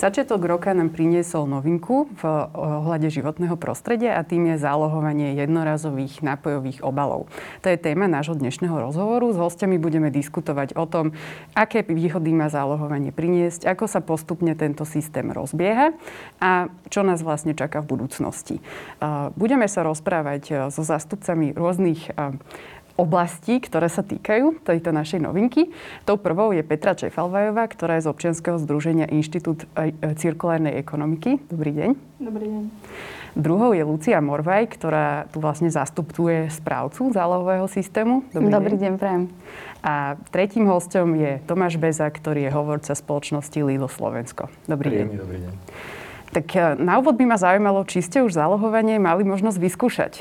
Začiatok roka nám priniesol novinku v ohľade životného prostredia a tým je zálohovanie jednorazových nápojových obalov. To je téma nášho dnešného rozhovoru. S hostiami budeme diskutovať o tom, aké výhody má zálohovanie priniesť, ako sa postupne tento systém rozbieha a čo nás vlastne čaká v budúcnosti. Budeme sa rozprávať so zástupcami rôznych oblastí, ktoré sa týkajú tejto našej novinky. Tou prvou je Petra Čefalvajová, ktorá je z občianskeho združenia Inštitút cirkulárnej ekonomiky. Dobrý deň. Dobrý deň. Druhou je Lucia Morvaj, ktorá tu vlastne zastupuje správcu zálohového systému. Dobrý deň, prajem. A tretím hosťom je Tomáš Beza, ktorý je hovorca spoločnosti Lidl Slovensko. Dobrý deň. Dobrý deň. Tak na úvod by ma zaujímalo, či ste už zálohovanie mali možnosť vyskúšať.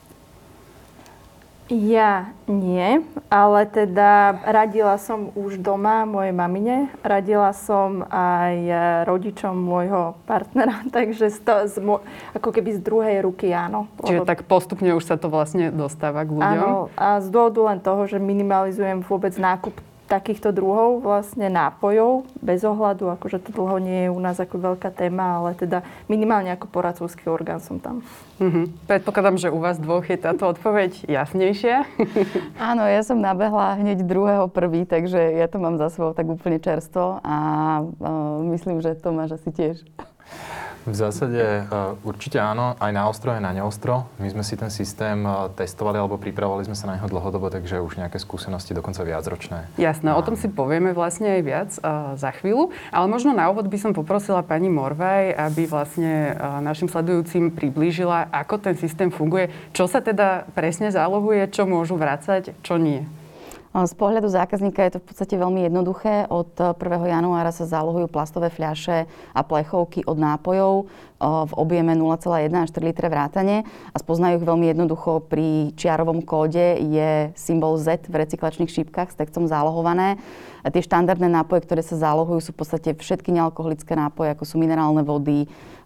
Ja nie, ale teda radila som už doma mojej mamine, radila som aj rodičom môjho partnera, takže ako keby z druhej ruky áno. Čiže tak postupne už sa to vlastne dostáva k ľuďom? Áno, a z dôvodu len toho, že minimalizujem vôbec nákup takýchto druhov vlastne nápojov, bez ohľadu, akože to dlho nie je u nás ako veľká téma, ale teda minimálne ako poradcovský orgán som tam. Predpokladám, že u vás dvoch je táto odpoveď jasnejšia. Áno, ja som nabehla hneď 2.1., takže ja to mám za sebou tak úplne čerstvo a myslím, že Tomáš asi tiež. V zásade určite áno, aj na ostro, aj na neostro. My sme si ten systém testovali alebo pripravovali sme sa na neho dlhodobo, takže už nejaké skúsenosti, dokonca viacročné. Jasné, o tom si povieme vlastne aj viac za chvíľu, ale možno na úvod by som poprosila pani Morvaj, aby vlastne našim sledujúcim priblížila, ako ten systém funguje, čo sa teda presne zálohuje, čo môžu vracať, čo nie. Z pohľadu zákazníka je to v podstate veľmi jednoduché. Od 1. januára sa zálohujú plastové fľaše a plechovky od nápojov v objeme 0,1 až 3 litre vrátane a spoznajú ich veľmi jednoducho. Pri čiarovom kóde je symbol Z v recyklačných šípkach s textom zálohované. A tie štandardné nápoje, ktoré sa zálohujú, sú v podstate všetky nealkoholické nápoje, ako sú minerálne vody,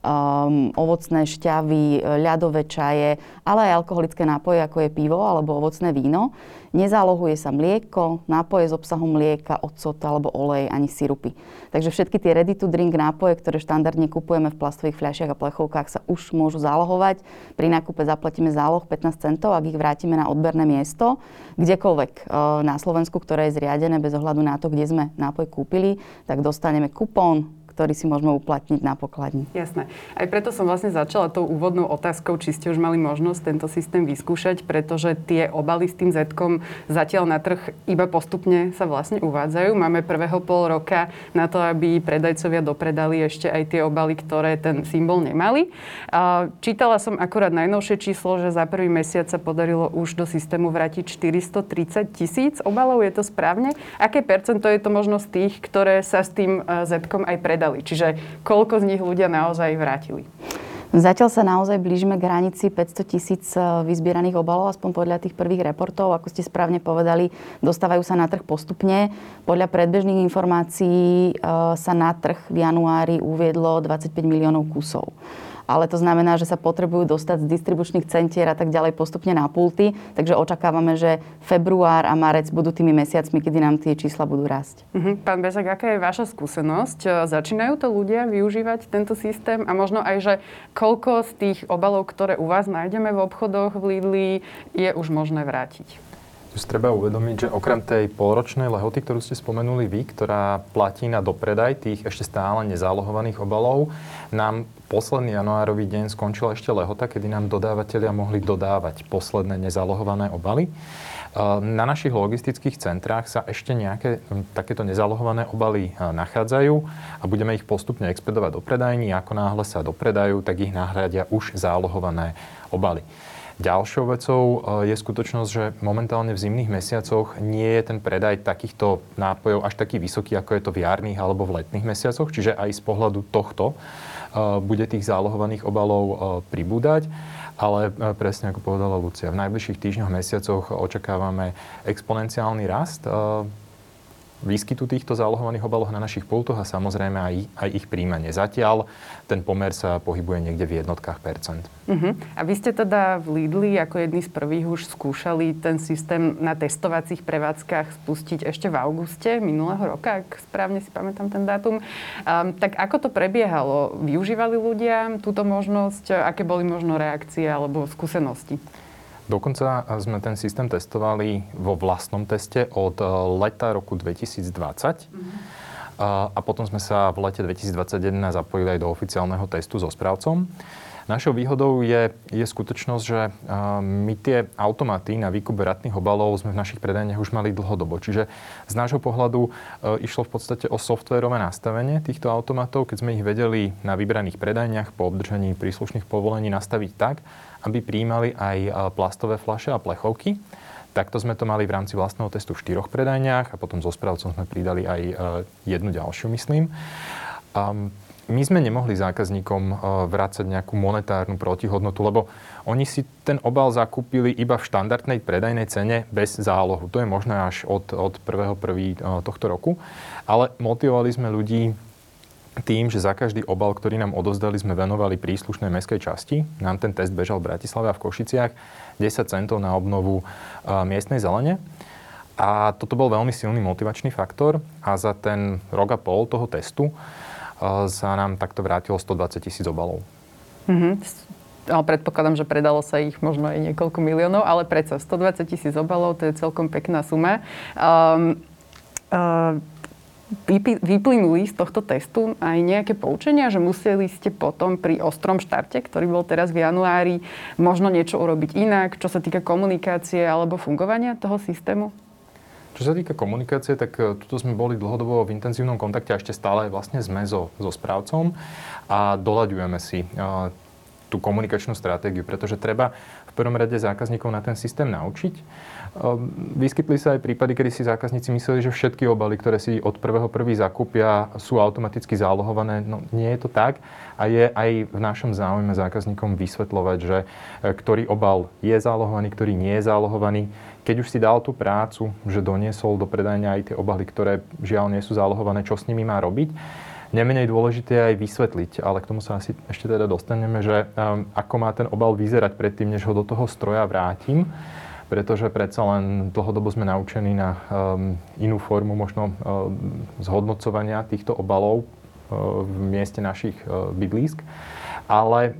ovocné šťavy, ľadové čaje, ale aj alkoholické nápoje, ako je pivo alebo ovocné víno. Nezálohuje sa mlieko, nápoje s obsahom mlieka, ocot alebo olej, ani sirupy. Takže všetky tie ready to drink nápoje, ktoré štandardne kupujeme v plastových fľašiach a plechovkách, sa už môžu zálohovať. Pri nákupe zaplatíme záloh 15 centov, ak ich vrátime na odberné miesto, kdekoľvek na Slovensku, ktoré je zriadené bez ohľadu na to, kde sme nápoj kúpili, tak dostaneme kupón, ktorý si môžeme uplatniť na pokladni. Jasné. Aj preto som vlastne začala tou úvodnou otázkou, či ste už mali možnosť tento systém vyskúšať, pretože tie obaly s tým Z-kom zatiaľ na trh iba postupne sa vlastne uvádzajú. Máme prvého pol roka na to, aby predajcovia dopredali ešte aj tie obaly, ktoré ten symbol nemali. Čítala som akurát najnovšie číslo, že za prvý mesiac sa podarilo už do systému vrátiť 430 000 obalov. Je to správne? Aké percento je to možno z tých, ktoré sa s tým Z-kom aj predali? Čiže koľko z nich ľudia naozaj vrátili? Zatiaľ sa naozaj blížime k hranici 500 000 vyzbieraných obalov, aspoň podľa tých prvých reportov. Ako ste správne povedali, dostávajú sa na trh postupne. Podľa predbežných informácií sa na trh v januári uviedlo 25 miliónov kusov. Ale to znamená, že sa potrebujú dostať z distribučných centier a tak ďalej postupne na pulty. Takže očakávame, že február a marec budú tými mesiacmi, kedy nám tie čísla budú rásť. Pán Bezák, aká je vaša skúsenosť? Začínajú to ľudia využívať tento systém? A možno aj, že koľko z tých obalov, ktoré u vás nájdeme v obchodoch v Lidli, je už možné vrátiť? Treba uvedomiť, že okrem tej polročnej lehoty, ktorú ste spomenuli vy, ktorá platí na dopredaj tých ešte stále nezálohovaných obalov, nám posledný januárový deň skončila ešte lehota, kedy nám dodávateľia mohli dodávať posledné nezálohované obaly. Na našich logistických centrách sa ešte nejaké takéto nezálohované obaly nachádzajú a budeme ich postupne expedovať do predajní. Ako náhle sa dopredajú, tak ich nahradia už zálohované obaly. Ďalšou vecou je skutočnosť, že momentálne v zimných mesiacoch nie je ten predaj takýchto nápojov až taký vysoký, ako je to v jarných alebo v letných mesiacoch. Čiže aj z pohľadu tohto bude tých zálohovaných obalov pribúdať. Ale presne ako povedala Lucia, v najbližších týždňoch, mesiacoch očakávame exponenciálny rast výskytu týchto zálohovaných obalov na našich pultoch a samozrejme aj ich príjmanie. Zatiaľ ten pomer sa pohybuje niekde v jednotkách percent. A vy ste teda v Lidli ako jedni z prvých už skúšali ten systém na testovacích prevádzkach spustiť ešte v auguste minulého roka, ak správne si pamätám ten dátum. Tak ako to prebiehalo? Využívali ľudia túto možnosť? Aké boli možno reakcie alebo skúsenosti? Dokonca sme ten systém testovali vo vlastnom teste od leta roku 2020. A potom sme sa v lete 2021 zapojili aj do oficiálneho testu so správcom. Našou výhodou je skutočnosť, že my tie automaty na výkup vratných obalov sme v našich predajniach už mali dlhodobo. Čiže z nášho pohľadu išlo v podstate o softwérové nastavenie týchto automatov, keď sme ich vedeli na vybraných predajniach po obdržaní príslušných povolení nastaviť tak, aby prijímali aj plastové fľaše a plechovky. Takto sme to mali v rámci vlastného testu v 4 predajniach a potom so správcom sme pridali aj jednu ďalšiu, myslím. My sme nemohli zákazníkom vrácať nejakú monetárnu protihodnotu, lebo oni si ten obal zakúpili iba v štandardnej predajnej cene bez zálohu. To je možné až od 1.1. tohto roku. Ale motivovali sme ľudí tým, že za každý obal, ktorý nám odovzdali, sme venovali príslušnej mestskej časti. Nám ten test bežal v Bratislave a v Košiciach. 10 centov na obnovu miestnej zelene. A toto bol veľmi silný motivačný faktor. A za ten rok a pol toho testu sa nám takto vrátilo 120 000 obalov. Ale predpokladám, že predalo sa ich možno aj niekoľko miliónov, ale predsa 120 000 obalov, to je celkom pekná suma. Vyplynuli z tohto testu aj nejaké poučenia, že museli ste potom pri ostrom štarte, ktorý bol teraz v januári, možno niečo urobiť inak, čo sa týka komunikácie alebo fungovania toho systému? Čo sa týka komunikácie, tak tuto sme boli dlhodobo v intenzívnom kontakte a ešte stále vlastne sme so správcom a doľaďujeme si tú komunikačnú stratégiu, pretože treba v prvom rade zákazníkov na ten systém naučiť. Vyskytli sa aj prípady, kedy si zákazníci mysleli, že všetky obaly, ktoré si od 1.1. zakúpia, sú automaticky zálohované. No nie je to tak a je aj v našom záujme zákazníkom vysvetľovať, že ktorý obal je zálohovaný, ktorý nie je zálohovaný. Keď už si dal tú prácu, že doniesol do predajňa aj tie obaly, ktoré žiaľ nie sú zálohované, čo s nimi má robiť. Nemenej dôležité je aj vysvetliť, ale k tomu sa asi ešte teda dostaneme, že ako má ten obal vyzerať predtým, než ho do toho stroja vrátim. Pretože predsa len dlhodobo sme naučení na inú formu možno zhodnocovania týchto obalov v mieste našich bydlísk. Ale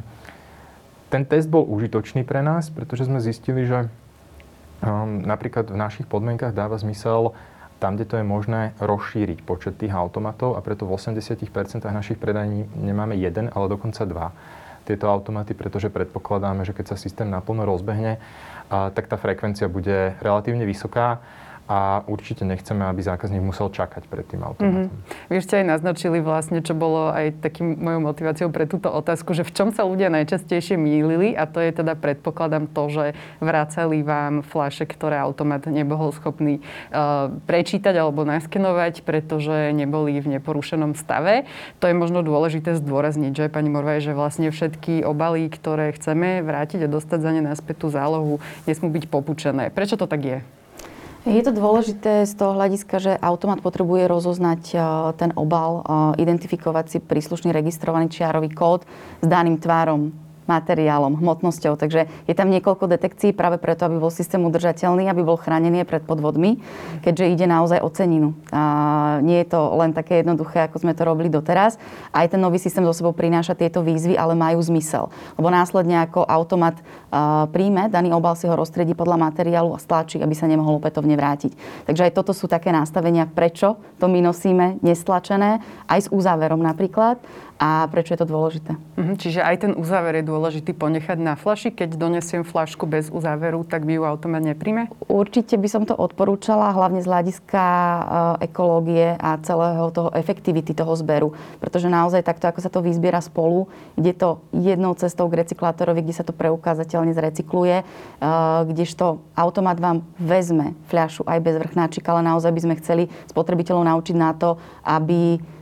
ten test bol užitočný pre nás, pretože sme zistili, že napríklad v našich podmienkach dáva zmysel tam, kde to je možné, rozšíriť počet tých automatov a preto v 80% našich predajní nemáme jeden, ale dokonca 2 tieto automaty, pretože predpokladáme, že keď sa systém naplno rozbehne, tak tá frekvencia bude relatívne vysoká a určite nechceme, aby zákazník musel čakať pred tým automatom. Vy ste aj naznačili vlastne, čo bolo aj takým mojou motiváciou pre túto otázku, že v čom sa ľudia najčastejšie mýlili a to je teda predpokladám to, že vracali vám fľaše, ktoré automat nebol schopný prečítať alebo naskenovať, pretože neboli v neporušenom stave. To je možno dôležité zdôrazniť, že pani Morvaj, že vlastne všetky obaly, ktoré chceme vrátiť a dostať za ne naspäť tú zálohu, nesmú byť popúčené. Prečo to tak je? Je to dôležité z toho hľadiska, že automat potrebuje rozoznať ten obal, identifikovať si príslušný registrovaný čiarový kód s daným tvárom, materiálom, hmotnosťou. Takže je tam niekoľko detekcií práve preto, aby bol systém udržateľný, aby bol chránený pred podvodmi, keďže ide naozaj o ceninu. Nie je to len také jednoduché, ako sme to robili doteraz. Aj ten nový systém zo sebou prináša tieto výzvy, ale majú zmysel. Lebo následne ako automat príjme, daný obal si ho rozstredí podľa materiálu a stlačí, aby sa nemohol opätovne vrátiť. Takže aj toto sú také nastavenia, prečo to my nosíme nestlačené, aj s uzáverom napríklad. A prečo je to dôležité? Čiže aj ten uzáver je dôležitý ponechať na fľaši. Keď donesiem fľašku bez uzáveru, tak by ju automat nepríjme? Určite by som to odporúčala, hlavne z hľadiska ekológie a celého toho efektivity toho zberu. Pretože naozaj takto, ako sa to vyzbiera spolu, ide to jednou cestou k recyklátorovi, kde sa to preukázateľne zrecykluje, kdežto automat vám vezme fľašu aj bez vrchnáčika, ale naozaj by sme chceli spotrebiteľov naučiť na to, aby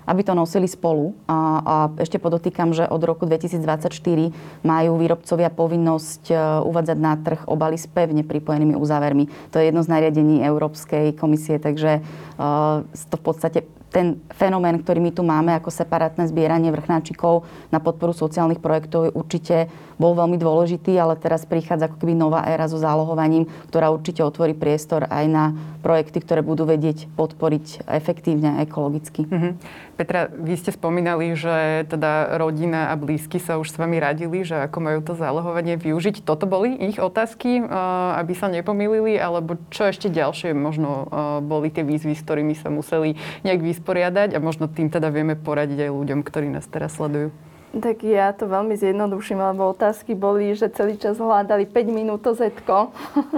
aby to nosili spolu. A ešte podotýkam, že od roku 2024 majú výrobcovia povinnosť uvádzať na trh obaly s pevne pripojenými uzávermi. To je jedno z nariadení Európskej komisie, takže to v podstate ten fenomén, ktorý my tu máme ako separátne zbieranie vrchnáčikov na podporu sociálnych projektov, určite bol veľmi dôležitý, ale teraz prichádza ako keby nová éra so zálohovaním, ktorá určite otvorí priestor aj na projekty, ktoré budú vedieť podporiť efektívne a ekologicky. Petra, vy ste spomínali, že teda rodina a blízky sa už s vami radili, že ako majú to zálohovanie využiť. Toto boli ich otázky, aby sa nepomýlili, alebo čo ešte ďalšie možno boli tie výzvy, s ktorými sa museli nejak vysporiadať a možno tým teda vieme poradiť aj ľuďom, ktorí nás teraz sledujú? Tak ja to veľmi zjednoduším, lebo otázky boli, že celý čas hľadali 5 minút to zetko.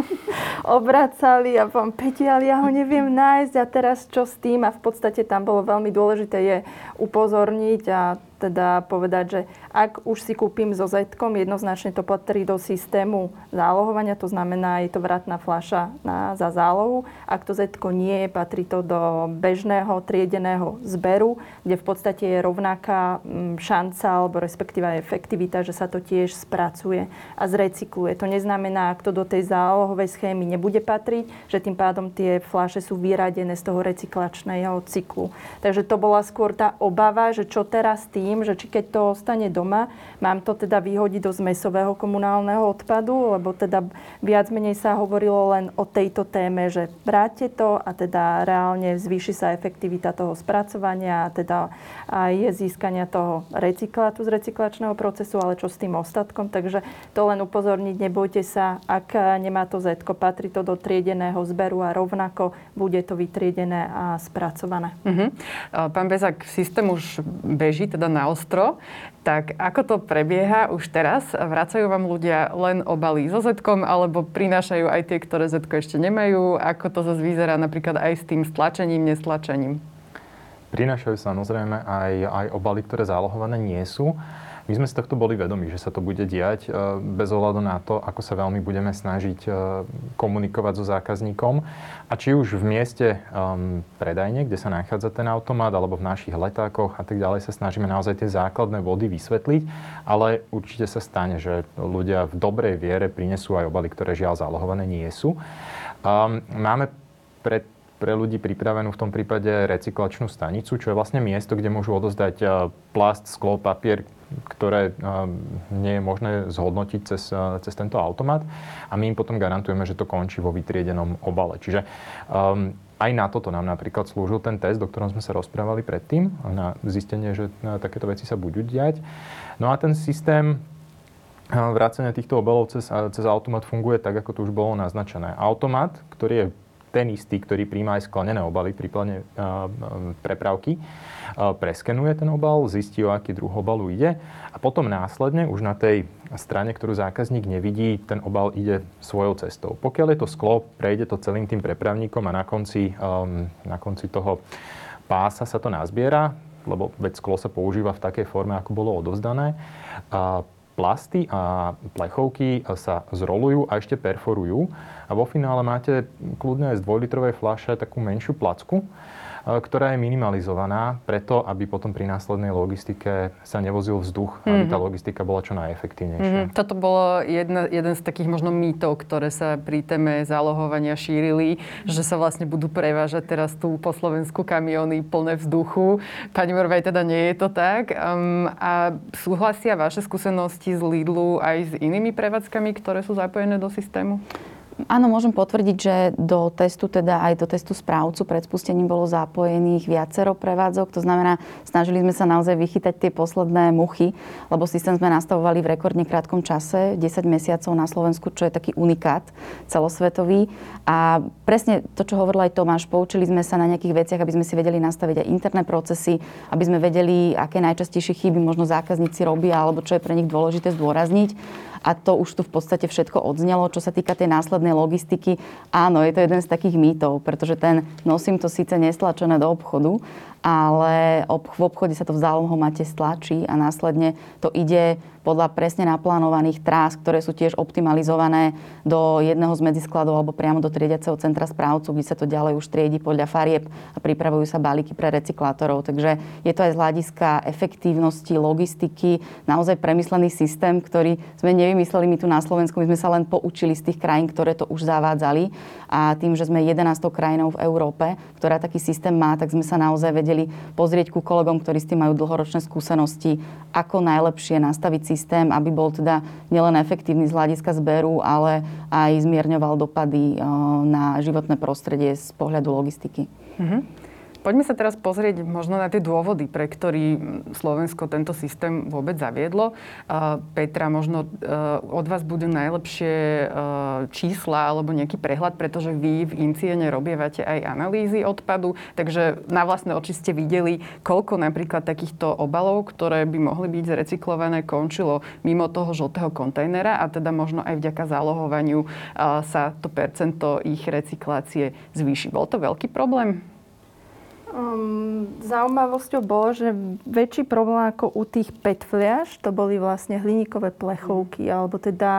Obracali a vám Peti, ale ja ho neviem nájsť a teraz čo s tým? A v podstate tam bolo veľmi dôležité je upozorniť a teda povedať, že ak už si kúpim so zetkom, jednoznačne to patrí do systému zálohovania, to znamená, je to vratná fľaša za zálohu. Ak to zetko nie je, patrí to do bežného triedeného zberu, kde v podstate je rovnaká šanca alebo respektíve efektivita, že sa to tiež spracuje a zrecykluje. To neznamená, ak to do tej zálohovej schémy nebude patriť, že tým pádom tie fľaše sú vyradené z toho recyklačného cyklu. Takže to bola skôr tá obava, že čo teraz tým, že či keď to ostane doma, mám to teda vyhodiť do zmesového komunálneho odpadu, lebo teda viac menej sa hovorilo len o tejto téme, že vráte to a teda reálne zvýši sa efektivita toho spracovania a teda aj získania toho recyklátu z recyklačného procesu, ale čo s tým ostatkom. Takže to len upozorniť, nebojte sa, ak nemá to zetko, patrí to do triedeného zberu a rovnako bude to vytriedené a spracované. Pán Bezák, systém už beží teda na ostro, tak ako to prebieha už teraz? Vracajú vám ľudia len obaly so zetkom, alebo prinášajú aj tie, ktoré zetko ešte nemajú? Ako to zase vyzerá napríklad aj s tým stlačením, nestlačením? Prinášajú samozrejme aj obaly, ktoré zálohované nie sú. My sme si tohto boli vedomi, že sa to bude diať bez ohľadu na to, ako sa veľmi budeme snažiť komunikovať so zákazníkom. A či už v mieste predajne, kde sa nachádza ten automat, alebo v našich letákoch a tak ďalej, sa snažíme naozaj tie základné body vysvetliť. Ale určite sa stane, že ľudia v dobrej viere prinesú aj obaly, ktoré žiaľ zálohované nie sú. Máme pre ľudí pripravenú v tom prípade recyklačnú stanicu, čo je vlastne miesto, kde môžu odozdať plast, sklo, papier, ktoré nie je možné zhodnotiť cez tento automat. A my im potom garantujeme, že to končí vo vytriedenom obale. Čiže aj na toto nám napríklad slúžil ten test, o ktorom sme sa rozprávali predtým, na zistenie, že takéto veci sa budú diať. No a ten systém vracania týchto obalov cez automat funguje tak, ako to už bolo naznačené. Automat, ktorý je ten istý, ktorý príjma aj sklenené obaly, prípadne prepravky, preskenuje ten obal, zistí, o aký druh obalu ide a potom následne už na tej strane, ktorú zákazník nevidí, ten obal ide svojou cestou. Pokiaľ je to sklo, prejde to celým tým prepravníkom a na konci toho pása sa to nazbiera, lebo veď sklo sa používa v takej forme, ako bolo odovzdané. Plasty a plechovky sa zrolujú a ešte perforujú. A vo finále máte kľudne aj z 2-litrovej fľaše takú menšiu placku, ktorá je minimalizovaná preto, aby potom pri následnej logistike sa nevozil vzduch, aby tá logistika bola čo najefektívnejšia. Toto bolo jeden z takých možno mýtov, ktoré sa pri téme zálohovania šírili, že sa vlastne budú prevážať teraz tu po Slovensku kamióny plné vzduchu. Pani Morovej, teda nie je to tak. A súhlasia vaše skúsenosti z Lidlu aj s inými prevádzkami, ktoré sú zapojené do systému? Áno, môžem potvrdiť, že do testu, teda aj do testu správcu pred spustením bolo zapojených viacero prevádzok. To znamená, snažili sme sa naozaj vychytať tie posledné muchy, lebo systém sme nastavovali v rekordne krátkom čase, 10 mesiacov na Slovensku, čo je taký unikát celosvetový. A presne to, čo hovoril aj Tomáš, poučili sme sa na nejakých veciach, aby sme si vedeli nastaviť aj interné procesy, aby sme vedeli, aké najčastejšie chyby možno zákazníci robia, alebo čo je pre nich dôležité zdôrazniť. A to už tu v podstate všetko odznelo. Čo sa týka tej následnej logistiky, áno, je to jeden z takých mýtov, pretože nosím to síce nestlačené do obchodu, ale v obchode sa to v zálohomate stlačí a následne to ide podľa presne naplánovaných trás, ktoré sú tiež optimalizované do jedného z medziskladov alebo priamo do triediaceho centra správcu, kde sa to ďalej už triedi podľa farieb a pripravujú sa balíky pre recyklátorov. Takže je to aj z hľadiska efektívnosti, logistiky, naozaj premyslený systém, ktorý sme nevymysleli my tu na Slovensku. My sme sa len poučili z tých krajín, ktoré to už zavádzali. A tým, že sme 11. krajinou v Európe, ktorá taký systém má, tak sme sa naozaj vedeli pozrieť ku kolegom, ktorí s tým majú dlhoročné skúsenosti, ako najlepšie nastaviť systém, aby bol teda nielen efektívny z hľadiska zberu, ale aj zmierňoval dopady na životné prostredie z pohľadu logistiky. Poďme sa teraz pozrieť možno na tie dôvody, pre ktorý Slovensko tento systém vôbec zaviedlo. Petra, možno od vás budú najlepšie čísla alebo nejaký prehľad, pretože vy v Inciene robievate aj analýzy odpadu, takže na vlastné oči ste videli, koľko napríklad takýchto obalov, ktoré by mohli byť zrecyklované, končilo mimo toho žltého kontajnera a teda možno aj vďaka zálohovaniu sa to percento ich recyklácie zvýši. Bol to veľký problém? Zaujímavosťou bolo, že väčší problém ako u tých PET fliaš, to boli vlastne hliníkové plechovky, alebo teda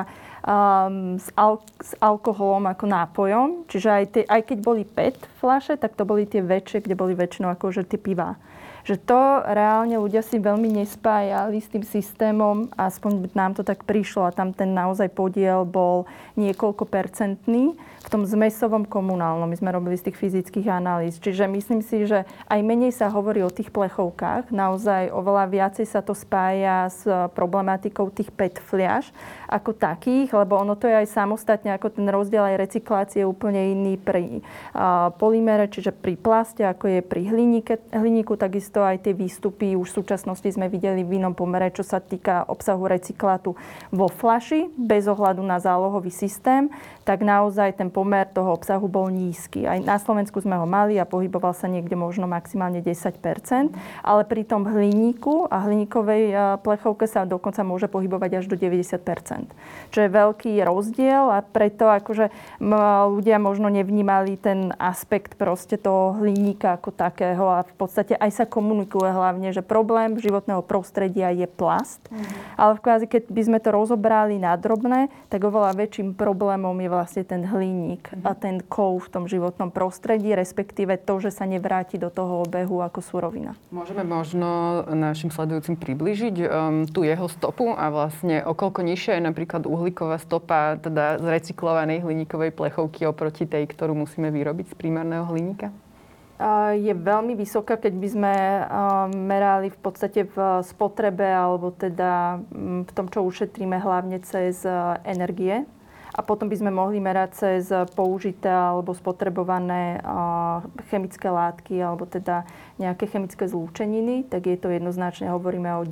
s alkoholom ako nápojom. Čiže aj keď boli PET fľaše, tak to boli tie väčšie, kde boli väčšinou akože tie pivá. Že to reálne ľudia si veľmi nespájali s tým systémom, aspoň nám to tak prišlo a tam ten naozaj podiel bol niekoľko percentný v tom zmesovom komunálnom. My sme robili z tých fyzických analýz. Čiže myslím si, že aj menej sa hovorí o tých plechovkách. Naozaj oveľa viacej sa to spája s problematikou tých PET fliaš ako takých, lebo ono to je aj samostatne, ako ten rozdiel aj recyklácie je úplne iný pri polymere, čiže pri plaste, ako je pri hliníku, takisto aj tie výstupy už v súčasnosti sme videli v inom pomere, čo sa týka obsahu recyklátu vo fľaši, bez ohľadu na zálohový systém, tak naozaj ten pomer toho obsahu bol nízky. Aj na Slovensku sme ho mali a pohyboval sa niekde možno maximálne 10%, ale pri tom hliníku a hliníkovej plechovke sa dokonca môže pohybovať až do 90%. Čo je veľký rozdiel a preto akože ľudia možno nevnímali ten aspekt proste toho hliníka ako takého a v podstate aj sa komunikuje hlavne, že problém životného prostredia je plast. Ale v kvázi, keď by sme to rozobrali na drobné, tak oveľa väčším problémom je vlastne ten hliník a ten kov v tom životnom prostredí, respektíve to, že sa nevráti do toho obehu ako surovina. Môžeme možno našim sledujúcim priblížiť tú jeho stopu a vlastne okoľko nižšia je napríklad uhlíková stopa teda z recyklovanej hliníkovej plechovky oproti tej, ktorú musíme vyrobiť z primárneho hliníka? Je veľmi vysoká, keď by sme merali v podstate v spotrebe alebo teda v tom, čo ušetríme hlavne cez energie. A potom by sme mohli merať cez použité alebo spotrebované chemické látky alebo teda nejaké chemické zlúčeniny, tak je to jednoznačne, hovoríme o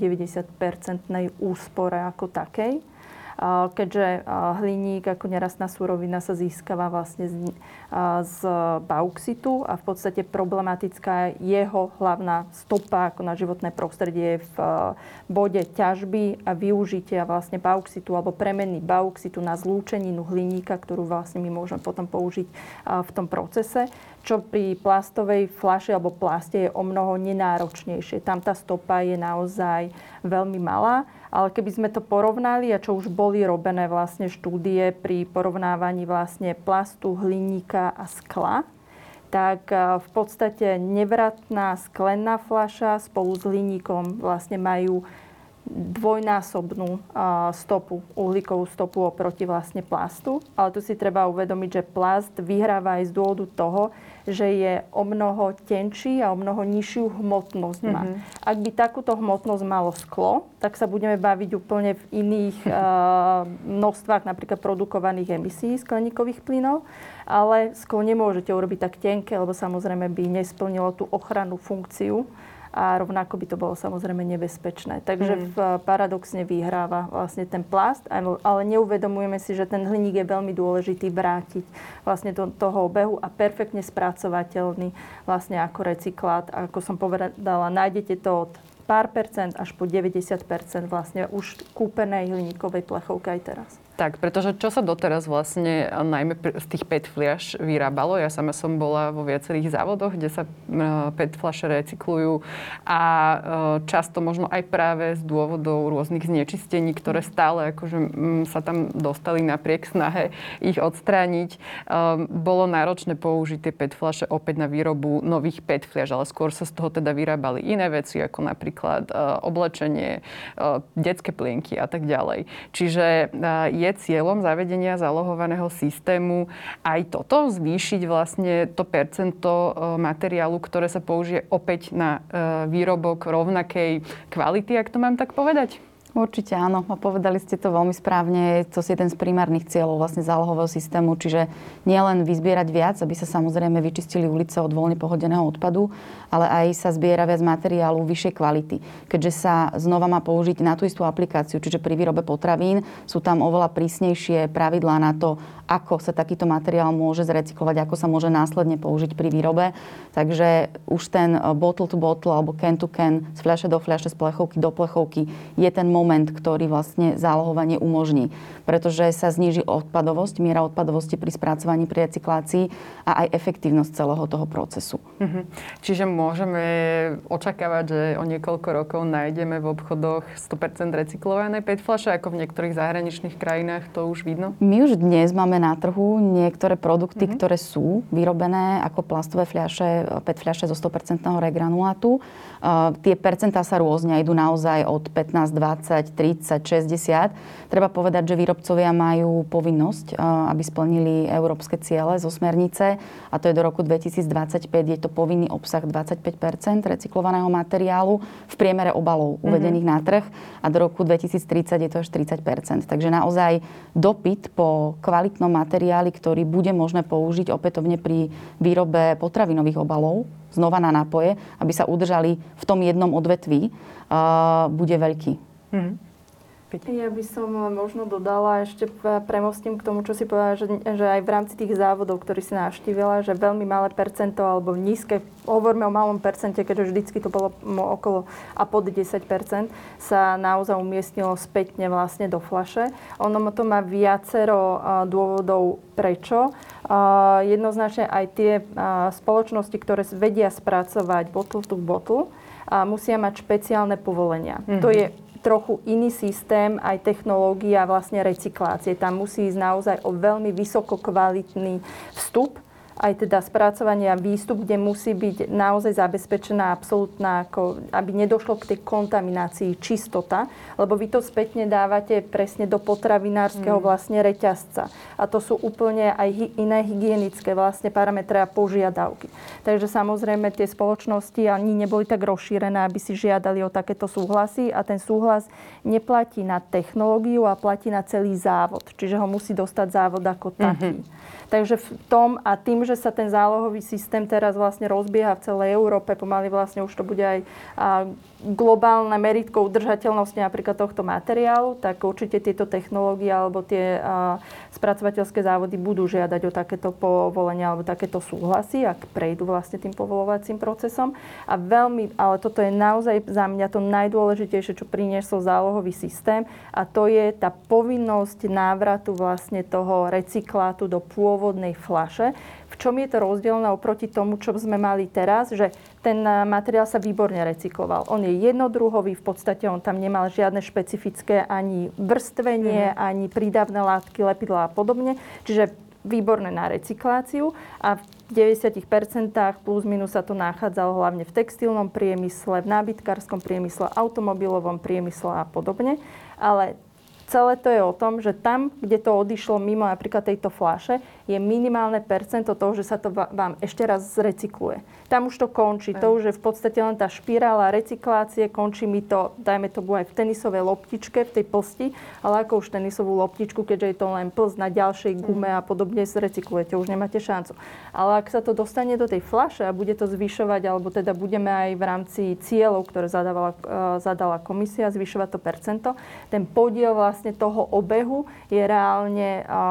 90% úspore ako takej. Keďže hliník ako nerastná surovina sa získava vlastne z bauxitu a v podstate problematická jeho hlavná stopa ako na životné prostredie v bode ťažby a využitia vlastne bauxitu alebo premeny bauxitu na zlúčeninu hliníka, ktorú vlastne my môžeme potom použiť v tom procese, čo pri plastovej fľaši alebo plaste je o mnoho nenáročnejšie. Tam tá stopa je naozaj veľmi malá. Ale keby sme to porovnali, a čo už boli robené vlastne štúdie pri porovnávaní vlastne plastu, hliníka a skla, tak v podstate nevratná sklená fľaša spolu s hliníkom vlastne majú dvojnásobnú stopu, uhlíkovú stopu oproti vlastne plastu. Ale tu si treba uvedomiť, že plast vyhráva aj z dôvodu toho, že je o mnoho tenčí a o mnoho nižšiu hmotnosť má. Ak by takúto hmotnosť malo sklo, tak sa budeme baviť úplne v iných množstvách napríklad produkovaných emisí skleníkových plynov, ale sklo nemôžete urobiť tak tenké, lebo samozrejme by nesplnilo tú ochrannú funkciu a rovnako by to bolo samozrejme nebezpečné. Takže paradoxne vyhráva vlastne ten plast, ale neuvedomujeme si, že ten hliník je veľmi dôležitý vrátiť vlastne do toho obehu a perfektne spracovateľný vlastne ako recyklát. A ako som povedala, nájdete to od pár percent až po 90% vlastne už kúpenej hliníkovej plechovky aj teraz. Tak, pretože čo sa doteraz vlastne najmä z tých PET fliaš vyrábalo, ja sama som bola vo viacerých závodoch, kde sa PET fľaše recyklujú a často možno aj práve z dôvodov rôznych znečistení, ktoré stále akože sa tam dostali napriek snahe ich odstrániť. Bolo náročné použiť tie PET fľaše opäť na výrobu nových PET fliaš, ale skôr sa z toho teda vyrábali iné veci, ako napríklad oblečenie, detské plienky a tak ďalej. Čiže je cieľom zavedenia zálohovaného systému aj toto, zvýšiť vlastne to percento materiálu, ktoré sa použije opäť na výrobok rovnakej kvality, ak to mám tak povedať? Určite áno. A povedali ste to veľmi správne. To je jeden z primárnych cieľov vlastne zálohového systému. Čiže nielen vyzbierať viac, aby sa samozrejme vyčistili ulice od voľne pohodeného odpadu, ale aj sa zbiera viac materiálu vyššej kvality. Keďže sa znova má použiť na tú istú aplikáciu, čiže pri výrobe potravín sú tam oveľa prísnejšie pravidlá na to, ako sa takýto materiál môže zrecyklovať, ako sa môže následne použiť pri výrobe. Takže už ten bottle to bottle alebo can to can, z fľaše do fľaše, z plechovky do plechovky je ten moment, ktorý vlastne zálohovanie umožní. Pretože sa zníži odpadovosť, miera odpadovosti pri spracovaní, pri recyklácii a aj efektívnosť celého toho procesu. Čiže môžeme očakávať, že o niekoľko rokov nájdeme v obchodoch 100% recyklované PET fľaše, ako v niektorých zahraničných krajinách, to už vidno? My už dnes máme na trhu niektoré produkty, ktoré sú vyrobené ako plastové fľaše, PET fľaše zo 100% regranulátu. Tie percentá sa rôznia, idú naozaj od 15, 20, 30, 60. Treba povedať, že výrobcovia majú povinnosť, aby splnili európske ciele zo smernice, a to je do roku 2025. Je to povinný obsah 25% recyklovaného materiálu v priemere obalov uvedených na trh, a do roku 2030 je to až 30%. Takže naozaj dopyt po kvalitnom materiáli, ktorý bude možné použiť opätovne pri výrobe potravinových obalov, znova na nápoje, aby sa udržali v tom jednom odvetví, bude veľký. Ja by som možno dodala, ešte premostím k tomu, čo si povedala, že aj v rámci tých závodov, ktorý si navštívila, že veľmi malé percento alebo nízke, hovoríme o malom percente, keďže vždycky to bolo okolo a pod 10%, sa naozaj umiestnilo spätne vlastne do fľaše. Ono to má viacero dôvodov, prečo. Jednoznačne aj tie spoločnosti, ktoré vedia spracovať bottle to bottle, musia mať špeciálne povolenia. To je trochu iný systém, aj technológia vlastne recyklácie. Tam musí ísť naozaj o veľmi vysokokvalitný vstup, aj teda spracovanie a výstup, kde musí byť naozaj zabezpečená absolútna, aby nedošlo k tej kontaminácii, čistota, lebo vy to spätne dávate presne do potravinárskeho vlastne reťazca. A to sú úplne aj iné hygienické vlastne parametre a požiadavky. Takže samozrejme tie spoločnosti ani neboli tak rozšírené, aby si žiadali o takéto súhlasy, a ten súhlas neplatí na technológiu a platí na celý závod. Čiže ho musí dostať závod ako taký. Takže v tom a tým, že sa ten zálohový systém teraz vlastne rozbieha v celej Európe, pomaly vlastne už to bude aj globálne meritko udržateľnosti napríklad tohto materiálu, tak určite tieto technológie alebo tie spracovateľské závody budú žiadať o takéto povolenia alebo takéto súhlasy, ak prejdú vlastne tým povoľovacím procesom. A veľmi, ale toto je naozaj za mňa to najdôležitejšie, čo priniesol zálohový systém, a to je tá povinnosť návratu vlastne toho recyklátu do pôvodnej fľaše. V čom je to rozdielne oproti tomu, čo sme mali teraz, že ten materiál sa výborne recykloval. On je jednodruhový, v podstate on tam nemal žiadne špecifické ani vrstvenie, ani prídavné látky, lepidlá a podobne. Čiže výborné na recykláciu, a v 90% plus minus sa to nachádzalo hlavne v textilnom priemysle, v nábytkárskom priemysle, automobilovom priemysle a podobne. Ale celé to je o tom, že tam, kde to odišlo mimo napríklad tejto fľaše, je minimálne percento toho, že sa to vám ešte raz zrecykluje. Tam už to končí. To už je v podstate len tá špirála recyklácie. Končí mi to, dajme to aj v tenisovej loptičke, v tej plsti, ale ako už tenisovú loptičku, keďže je to len plst na ďalšej gume a podobne, zrecyklujete, už nemáte šancu. Ale ak sa to dostane do tej fľaše a bude to zvyšovať, alebo teda budeme aj v rámci cieľov, ktoré zadala komisia, zvyšovať to percento, ten podiel vlastne toho obehu je reálne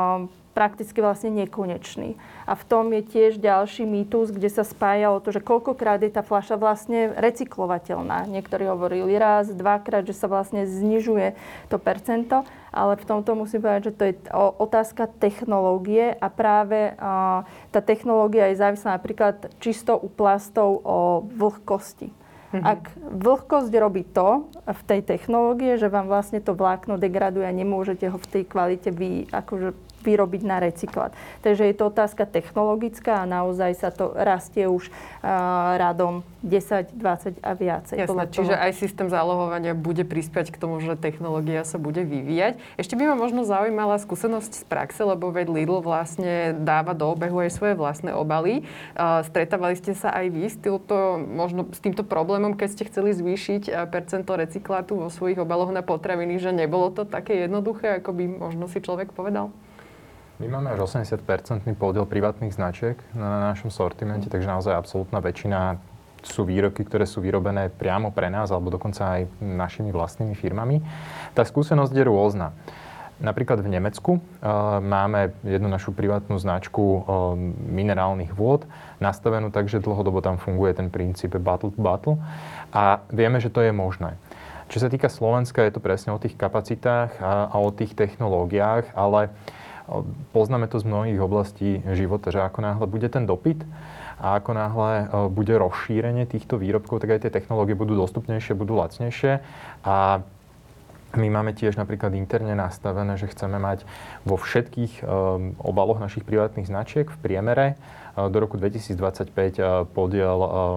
prakticky vlastne nekonečný. A v tom je tiež ďalší mýtus, kde sa spájalo to, že koľkokrát je tá fľaša vlastne recyklovateľná. Niektorí hovorili raz, dvakrát, že sa vlastne znižuje to percento, ale v tomto musím povedať, že to je otázka technológie a práve tá technológia je závislá napríklad čisto u plastov o vlhkosti. Ak vlhkosť robí to v tej technológie, že vám vlastne to vlákno degraduje a nemôžete ho v tej kvalite vyrobiť na recyklát. Takže je to otázka technologická a naozaj sa to rastie už radom 10, 20 a viacej. Jasné, čiže aj systém zálohovania bude prispiať k tomu, že technológia sa bude vyvíjať. Ešte by ma možno zaujímala skúsenosť z praxe, lebo veď Lidl vlastne dáva do obehu aj svoje vlastné obaly. Stretávali ste sa aj vy s týmto problémom, keď ste chceli zvýšiť percento recyklátu vo svojich obaloch na potraviny, že nebolo to také jednoduché, ako by možno si človek povedal? My máme až 80% podiel privátnych značiek na našom sortimente, takže naozaj absolútna väčšina sú výrobky, ktoré sú vyrobené priamo pre nás alebo dokonca aj našimi vlastnými firmami. Tá skúsenosť je rôzna. Napríklad v Nemecku máme jednu našu privátnu značku minerálnych vôd nastavenú tak, že dlhodobo tam funguje ten princíp battle to battle a vieme, že to je možné. Čo sa týka Slovenska, je to presne o tých kapacitách a o tých technológiách, ale poznáme to z mnohých oblastí života, že ako náhle bude ten dopyt a ako náhle bude rozšírenie týchto výrobkov, tak aj tie technológie budú dostupnejšie, budú lacnejšie a my máme tiež napríklad interne nastavené, že chceme mať vo všetkých obaloch našich privátnych značiek v priemere do roku 2025 podiel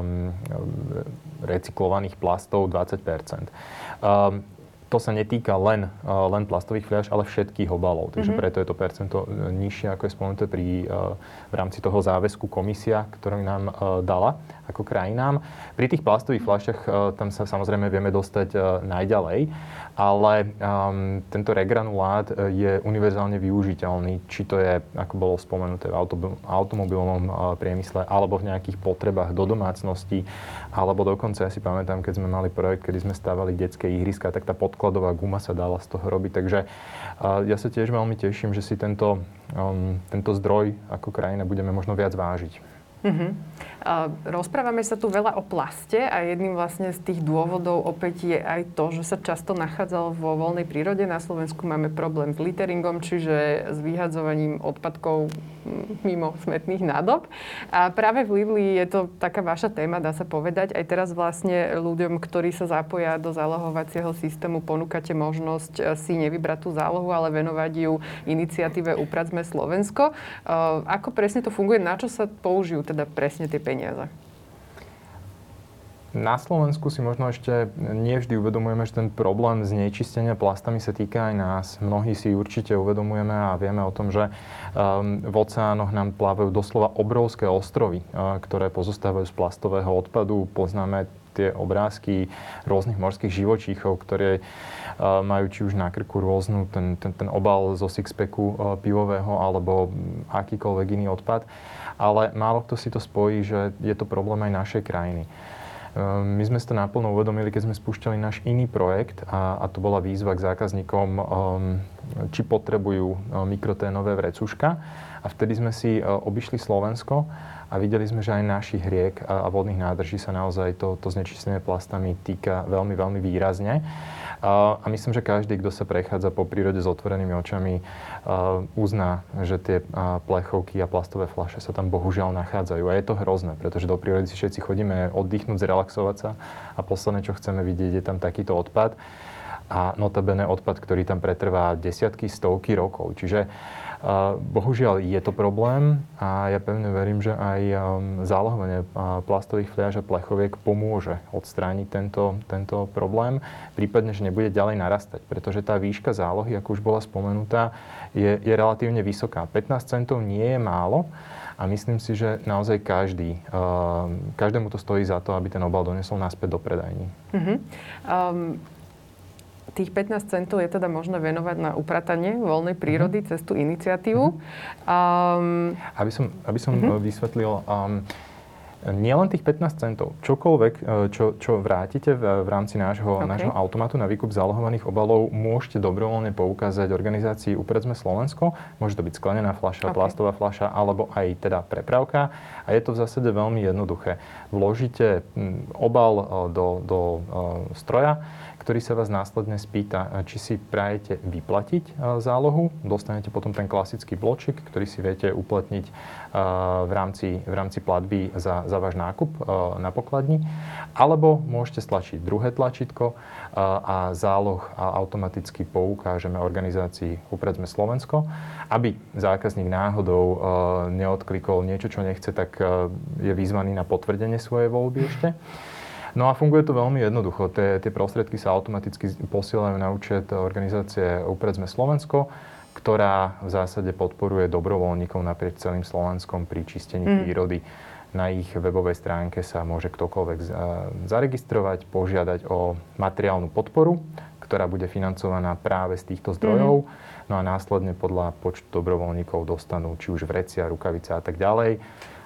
recyklovaných plastov 20%. To sa netýka len plastových fľaš, ale všetkých obalov. Takže preto je to percento nižšie, ako je spomenuté v rámci toho záväzku komisia, ktorú nám dala ako krajinám. Pri tých plastových fľašach tam sa samozrejme vieme dostať najďalej, ale tento regranulát je univerzálne využiteľný, či to je, ako bolo spomenuté, v automobilovom priemysle, alebo v nejakých potrebách do domácnosti, alebo dokonca, ja si pamätám, keď sme mali projekt, kedy sme stavali detské ihriska, tak tá podkladová guma sa dala z toho robiť. Takže ja sa tiež veľmi teším, že si tento zdroj ako krajina budeme možno viac vážiť. Rozprávame sa tu veľa o plaste a jedným vlastne z tých dôvodov opäť je aj to, že sa často nachádzal vo voľnej prírode. Na Slovensku máme problém s litteringom, čiže s vyhadzovaním odpadkov mimo smetných nádob. A práve v Lidli je to taká vaša téma, dá sa povedať. Aj teraz vlastne ľuďom, ktorí sa zapoja do zálohovacieho systému, ponúkate možnosť si nevybrať tú zálohu, ale venovať ju iniciatíve Upracme Slovensko. Ako presne to funguje? Na čo sa použijú teda presne tie peniaze? Na Slovensku si možno ešte nevždy uvedomujeme, že ten problém znečistenia plastami sa týka aj nás. Mnohí si určite uvedomujeme a vieme o tom, že v oceánoch nám plávajú doslova obrovské ostrovy, ktoré pozostávajú z plastového odpadu. Poznáme tie obrázky rôznych morských živočíchov, ktoré majú či už na krku rôznu ten obal zo sixpacku pivového alebo akýkoľvek iný odpad. Ale málo kto si to spojí, že je to problém aj našej krajiny. My sme si to naplno uvedomili, keď sme spúšťali náš iný projekt a to bola výzva k zákazníkom, či potrebujú mikroténové vrecuška. A vtedy sme si obišli Slovensko a videli sme, že aj našich riek a vodných nádrží sa naozaj to znečistenie plastami týka veľmi, veľmi výrazne. A myslím, že každý, kto sa prechádza po prírode s otvorenými očami, uzná, že tie plechovky a plastové fľaše sa tam bohužiaľ nachádzajú. A je to hrozné, pretože do prírody si všetci chodíme oddychnúť, zrelaxovať sa a posledné, čo chceme vidieť, je tam takýto odpad. A notabene odpad, ktorý tam pretrvá desiatky, stovky rokov. Čiže bohužiaľ je to problém a ja pevne verím, že aj zálohovanie plastových fľaš a plechoviek pomôže odstrániť tento problém, prípadne, že nebude ďalej narastať, pretože tá výška zálohy, ako už bola spomenutá, je relatívne vysoká. 15 centov nie je málo a myslím si, že naozaj každému to stojí za to, aby ten obal donesol naspäť do predajní. Tých 15 centov je teda možné venovať na upratanie voľnej prírody cez tú iniciatívu. Aby som vysvetlil, Nielen tých 15 centov. Čokoľvek, čo vrátite v rámci nášho automatu na výkup zálohovaných obalov, môžete dobrovoľne poukázať organizácii Upredzme Slovensko. Môže to byť sklenená fľaša, plastová fľaša, alebo aj teda prepravka. A je to v zásade veľmi jednoduché. Vložíte obal do stroja, ktorý sa vás následne spýta, či si prajete vyplatiť zálohu. Dostanete potom ten klasický bločik, ktorý si viete uplatniť v rámci platby za váš nákup na pokladni. Alebo môžete stlačiť druhé tlačítko a záloh automaticky poukážeme organizácii Upredzme Slovensko. Aby zákazník náhodou neodklikol niečo, čo nechce, tak je vyzvaný na potvrdenie svojej voľby ešte. No a funguje to veľmi jednoducho. Tie prostriedky sa automaticky posielajú na účet organizácie Upredzme Slovensko, ktorá v zásade podporuje dobrovoľníkov naprieč celým Slovenskom pri čistení prírody. Na ich webovej stránke sa môže ktokoľvek zaregistrovať, požiadať o materiálnu podporu, ktorá bude financovaná práve z týchto zdrojov. No a následne podľa počtu dobrovoľníkov dostanú či už vrecia, rukavice a tak ďalej.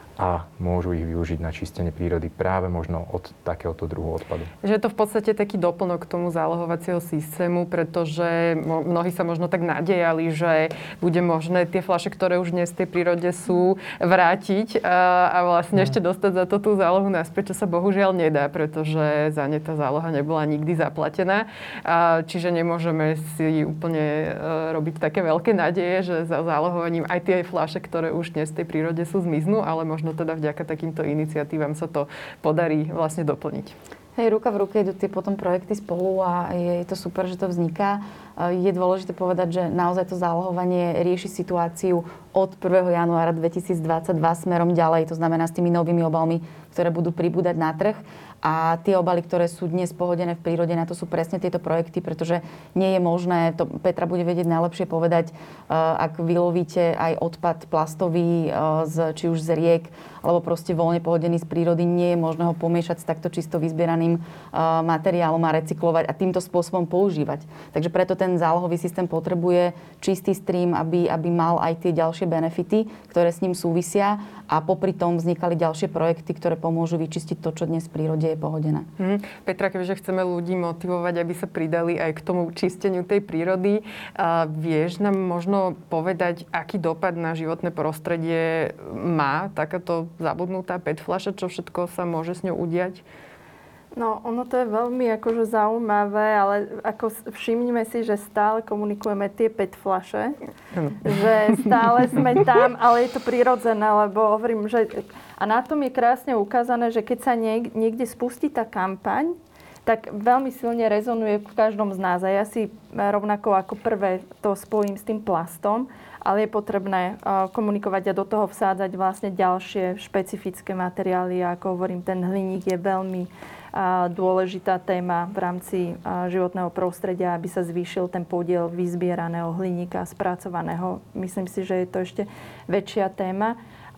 A môžu ich využiť na čistenie prírody práve možno od takéhoto druhu odpadu. Že je to v podstate taký doplnok k tomu zálohovacieho systému, pretože mnohí sa možno tak nadejali, že bude možné tie fľaše, ktoré už dnes v tej prírode sú, vrátiť a vlastne ešte dostať za to tú zálohu naspäť, čo sa bohužiaľ nedá, pretože za ne tá záloha nebola nikdy zaplatená. Čiže nemôžeme si úplne robiť také veľké nádeje, že za zálohovaním aj tie fľaše, ktoré už dnes v tej prírode sú, zmiznú, ale možno teda vďaka takýmto iniciatívam sa to podarí vlastne doplniť. Hej, ruka v ruke idú tie potom projekty spolu a je to super, že to vzniká. Je dôležité povedať, že naozaj to zálohovanie rieši situáciu od 1. januára 2022 smerom ďalej, to znamená s tými novými obalmi, ktoré budú pribúdať na trh. A tie obaly, ktoré sú dnes pohodené v prírode, na to sú presne tieto projekty, pretože nie je možné, to Petra bude vedieť najlepšie povedať, ak vylovíte aj odpad plastový, či už z riek, alebo proste voľne pohodený z prírody, nie je možné ho pomiešať s takto čisto vyzbieraným materiálom a recyklovať a týmto spôsobom používať. Takže preto ten zálohový systém potrebuje čistý stream, aby mal aj tie ďalšie benefity, ktoré s ním súvisia a popri tom vznikali ďalšie projekty, ktoré pomôžu vyčistiť to, čo dnes v prírode je pohodené. Petra, keďže chceme ľudí motivovať, aby sa pridali aj k tomu čisteniu tej prírody, vieš nám možno povedať, aký dopad na životné prostredie má takáto zabudnutá PET fľaša, čo všetko sa môže s ňou udiať? No, ono to je veľmi akože zaujímavé, ale ako všimnime si, že stále komunikujeme tie PET fľaše, že stále sme tam, ale je to prirodzené, lebo hovorím, že a na tom je krásne ukázané, že keď sa niekde spustí tá kampaň, tak veľmi silne rezonuje v každom z nás. A ja si rovnako ako prvé to spojím s tým plastom, ale je potrebné komunikovať a do toho vsádzať vlastne ďalšie špecifické materiály. A ako hovorím, ten hliník je veľmi dôležitá téma v rámci životného prostredia, aby sa zvýšil ten podiel vyzbieraného hliníka, spracovaného. Myslím si, že je to ešte väčšia téma.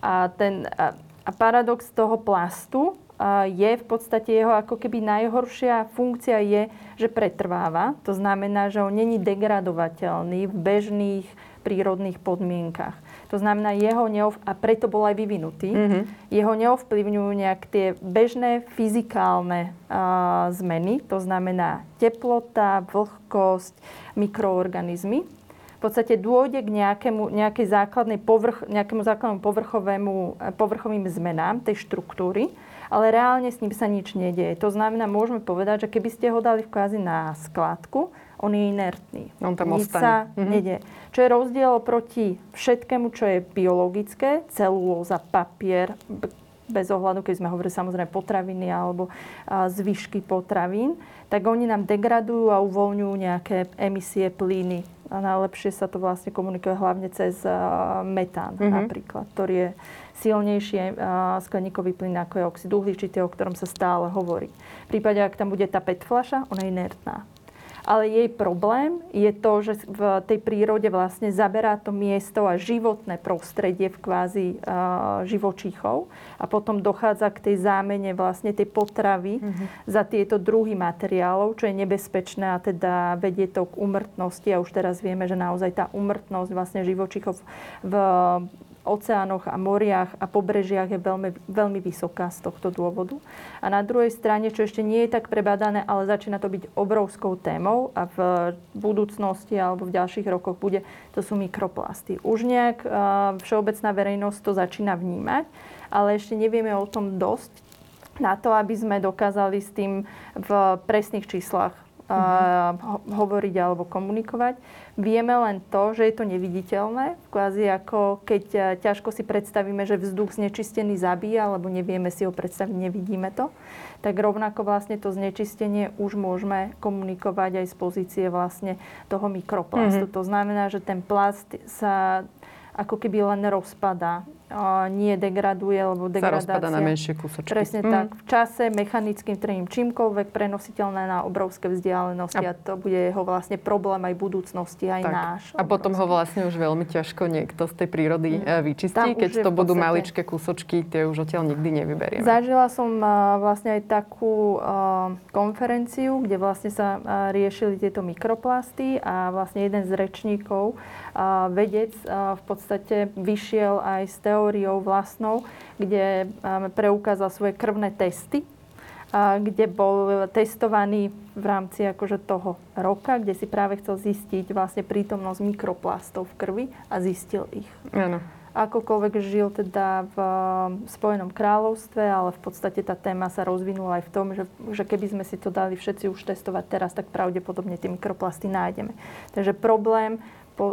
A paradox toho plastu je v podstate jeho ako keby najhoršia funkcia je, že pretrváva. To znamená, že on není degradovateľný v bežných prírodných podmienkach. To znamená, a preto bol aj vyvinutý, jeho neovplyvňujú nejak tie bežné fyzikálne zmeny, to znamená teplota, vlhkosť, mikroorganizmy. V podstate dôjde k nejakému základným povrchovým zmenám tej štruktúry, ale reálne s ním sa nič nedieje. To znamená, môžeme povedať, že keby ste ho dali kvázi na skládku, on je inertný. On tam nič sa nedieje. Čo je rozdiel oproti všetkému, čo je biologické, celulóza, papier, bez ohľadu, keď sme hovorili samozrejme potraviny alebo zvyšky potravín, tak oni nám degradujú a uvoľňujú nejaké emisie, plyny. A najlepšie sa to vlastne komunikuje hlavne cez metán napríklad, ktorý je silnejší skleníkový plyn ako je oxid uhličitý, o ktorom sa stále hovorí. V prípade, ak tam bude tá PET fľaša, ona je inertná. Ale jej problém je to, že v tej prírode vlastne zaberá to miesto a životné prostredie v kvázi živočíchov a potom dochádza k tej zámene vlastne tej potravy za tieto druhy materiálov, čo je nebezpečné a teda vedie to k úmrtnosti a už teraz vieme, že naozaj tá úmrtnosť vlastne živočíchov v oceánoch a moriach a pobrežiach je veľmi, veľmi vysoká z tohto dôvodu. A na druhej strane, čo ešte nie je tak prebadané, ale začína to byť obrovskou témou a v budúcnosti alebo v ďalších rokoch bude, to sú mikroplasty. Už nejak všeobecná verejnosť to začína vnímať, ale ešte nevieme o tom dosť na to, aby sme dokázali s tým v presných číslach hovoriť alebo komunikovať. Vieme len to, že je to neviditeľné. Kvázi ako keď ťažko si predstavíme, že vzduch znečistený zabíja, alebo nevieme si ho predstaviť, nevidíme to. Tak rovnako vlastne to znečistenie už môžeme komunikovať aj z pozície vlastne toho mikroplastu. To znamená, že ten plast sa ako keby len rozpadá. Nie degraduje, lebo degradácia... Sa rozpadá na menšie kúsočky. Presne tak. V čase mechanickým trením čímkoľvek prenositeľné na obrovské vzdialenosti a to bude jeho vlastne problém aj budúcnosti, aj tak. náš. A potom ho vlastne už veľmi ťažko niekto z tej prírody vyčistí, keď to budú maličké kúsočky, tie už odtiaľ nikdy nevyberieme. Zažila som vlastne aj takú konferenciu, kde vlastne sa riešili tieto mikroplasty a vlastne jeden z rečníkov, vedec, v podstate vyšiel aj z teóriou vlastnou, kde preukázal svoje krvné testy, kde bol testovaný v rámci akože toho roka, kde si práve chcel zistiť vlastne prítomnosť mikroplastov v krvi a zistil ich. Áno. Akokoľvek žil teda v Spojenom kráľovstve, ale v podstate tá téma sa rozvinula aj v tom, že keby sme si to dali všetci už testovať teraz, tak pravdepodobne tie mikroplasty nájdeme. Takže problém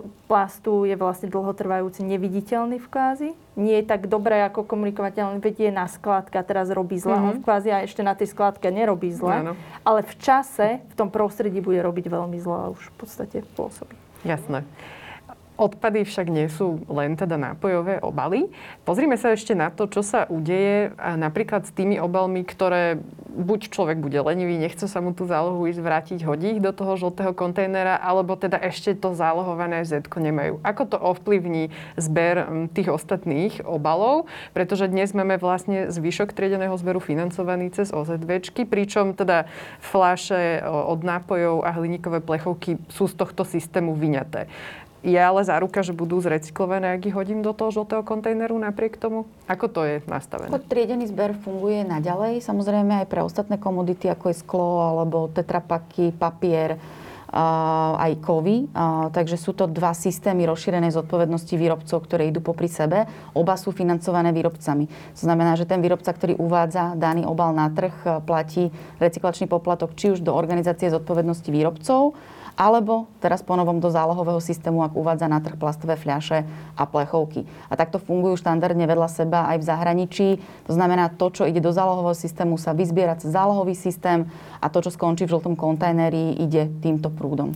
plastu je vlastne dlhotrvajúci, neviditeľný v kvázi. Nie je tak dobré ako komunikovateľný, veď je na skladke a teraz robí zle. On v kvázi a ešte na tej skladke nerobí zle, ale v čase, v tom prostredí bude robiť veľmi zle a už v podstate pôsobí. Jasné. Odpady však nie sú len teda nápojové obaly. Pozrime sa ešte na to, čo sa udeje napríklad s tými obalmi, ktoré buď človek bude lenivý, nechce sa mu tú zálohu ísť vrátiť, hodí ich do toho žltého kontajnera, alebo teda ešte to zálohované Z-ko nemajú. Ako to ovplyvní zber tých ostatných obalov? Pretože dnes máme vlastne zvyšok triedeného zberu financovaný cez OZVčky, pričom teda fľaše od nápojov a hliníkové plechovky sú z tohto systému vyňaté. Je ale záruka, že budú zrecyklované, ak ich hodím do toho žltého kontajneru napriek tomu? Ako to je nastavené? Triedený zber funguje naďalej. Samozrejme aj pre ostatné komodity, ako je sklo, alebo tetrapaky, papier, aj kovy. Takže sú to dva systémy rozšírenej zodpovednosti výrobcov, ktoré idú popri sebe. Oba sú financované výrobcami. To znamená, že ten výrobca, ktorý uvádza daný obal na trh, platí recyklačný poplatok či už do organizácie zodpovednosti výrobcov, alebo teraz ponovom do zálohového systému, ak uvádza na trh plastové fľaše a plechovky. A takto fungujú štandardne vedľa seba aj v zahraničí. To znamená, to, čo ide do zálohového systému, sa vyzbiera cez zálohový systém a to, čo skončí v žltom kontajneri, ide týmto prúdom.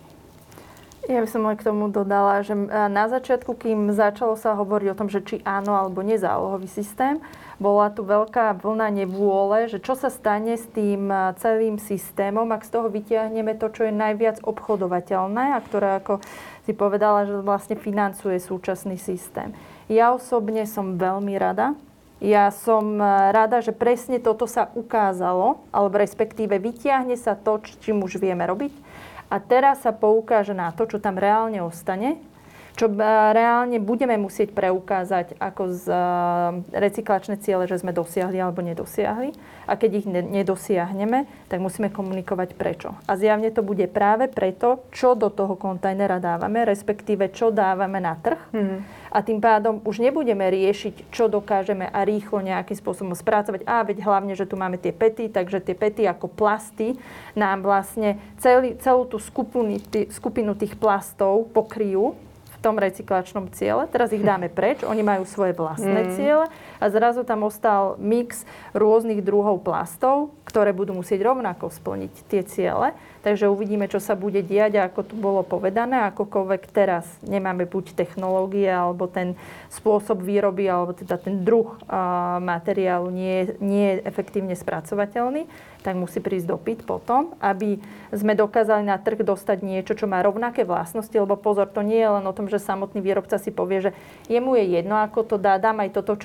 Ja by som len k tomu dodala, že na začiatku, kým začalo sa hovoriť o tom, že či áno alebo nie zálohový systém, bola tu veľká vlna nevôle, že čo sa stane s tým celým systémom, ak z toho vytiahneme to, čo je najviac obchodovateľné a ktoré, ako si povedala, že vlastne financuje súčasný systém. Ja osobne som veľmi rada. Ja som rada, že presne toto sa ukázalo, alebo respektíve vytiahne sa to, čím už vieme robiť. A teraz sa poukáže na to, čo tam reálne ostane, čo reálne budeme musieť preukázať ako z recyklačné ciele, že sme dosiahli alebo nedosiahli. A keď ich nedosiahneme, tak musíme komunikovať prečo. A zjavne to bude práve preto, čo do toho kontajnera dávame, respektíve čo dávame na trh. A tým pádom už nebudeme riešiť, čo dokážeme a rýchlo nejakým spôsobom spracovať. Veď hlavne, že tu máme tie pety, takže tie pety ako plasty nám vlastne celú tú skupinu tých plastov pokryjú v tom recyklačnom ciele. Teraz ich dáme preč, oni majú svoje vlastné ciele a zrazu tam ostal mix rôznych druhov plastov, ktoré budú musieť rovnako splniť tie ciele. Takže uvidíme, čo sa bude diať a ako tu bolo povedané. Akokoľvek teraz nemáme buď technológie, alebo ten spôsob výroby, alebo teda ten druh materiálu nie je efektívne spracovateľný, tak musí prísť dopyt potom, aby sme dokázali na trh dostať niečo, čo má rovnaké vlastnosti, lebo pozor, to nie je len o tom, že samotný výrobca si povie, že jemu je jedno, ako to dám aj toto, čo je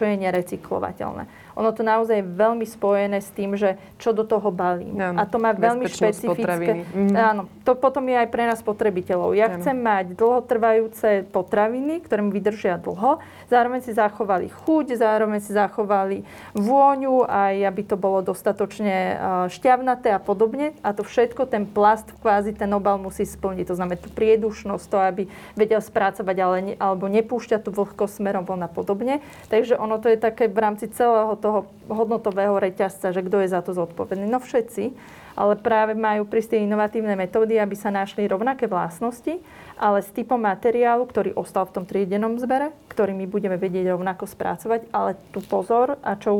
recyklovateľné. Ono to naozaj je veľmi spojené s tým, že čo do toho balím. Áno, A to má veľmi špecifické. Áno, to potom je aj pre nás spotrebiteľov. Ja chcem mať dlhotrvajúce potraviny, ktoré mi vydržia dlho, zároveň si zachovali chuť, zároveň si zachovali vôňu, aj aby to bolo dostatočne šťavnaté a podobne. A to všetko, ten plast, kvázi ten obal musí splniť. To znamená tú priedušnosť, to, aby vedel spracovať, alebo nepúšťať tú vlhkosť smerom von a podobne. Takže ono to je také v rámci celého toho hodnotového reťazca, že kto je za to zodpovedný. No všetci, ale práve majú prísť tie inovatívne metódy, aby sa našli rovnaké vlastnosti, ale s typom materiálu, ktorý ostal v tom triedenom zbere, ktorý my budeme vedieť rovnako spracovať, ale tu pozor, a čo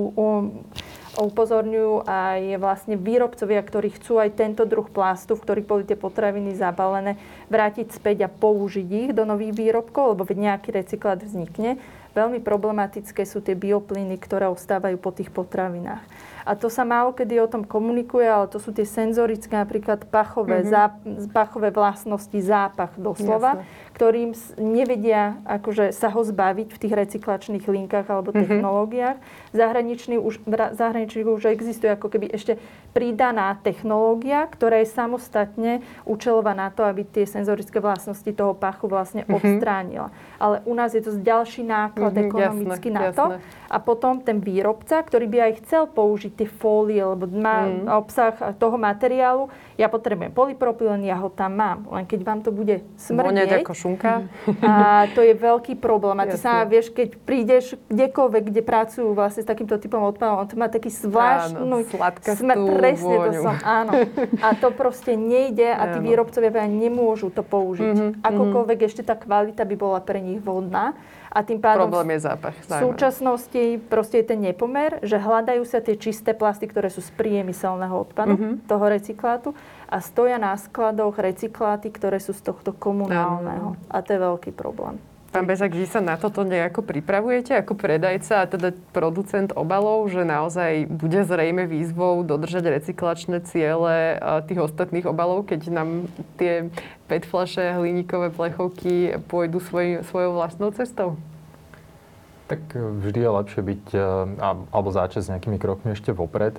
upozorňujú aj vlastne výrobcovia, ktorí chcú aj tento druh plastu, v ktorých boli tie potraviny zabalené, vrátiť späť a použiť ich do nových výrobkov, lebo nejaký recyklát vznikne. Veľmi problematické sú tie bioplyny, ktoré ostávajú po tých potravinách. A to sa málo kedy o tom komunikuje, ale to sú tie senzorické, napríklad pachové vlastnosti, zápach doslova, ktorým nevedia akože sa ho zbaviť v tých recyklačných linkách alebo technológiách. V zahraničí už existuje ako keby ešte pridaná technológia, ktorá je samostatne účelová na to, aby tie senzorické vlastnosti toho pachu vlastne odstránila. Ale u nás je to ďalší náklad ekonomicky na to. A potom ten výrobca, ktorý by aj chcel použiť tie fólie, lebo má obsah toho materiálu, ja potrebujem polypropylen, ja ho tam mám. Len keď vám to bude smrdieť, ako šunka. A to je veľký problém. A ty sa vieš, keď prídeš kdekoľvek, kde pracujú vlastne s takýmto typom odpadov, on to má taký zvláštny presne vôňu. To som, áno. A to proste nejde a tí výrobcovia nemôžu to použiť. Akokoľvek ešte tá kvalita by bola pre nich vhodná. A tým pádom problém je zápach. V súčasnosti proste je ten nepomer, že hľadajú sa tie čisté plasty, ktoré sú z priemyselného odpadu, toho recyklátu, a stoja na skladoch recykláty, ktoré sú z tohto komunálneho. A to je veľký problém. Pán Bežák, vy sa na toto nejako pripravujete ako predajca a teda producent obalov, že naozaj bude zrejme výzvou dodržať recyklačné ciele tých ostatných obalov, keď nám tie PET fľaše, hliníkové plechovky pôjdu svojou vlastnou cestou? Tak vždy je lepšie byť, alebo začať s nejakými krokmi ešte vopred.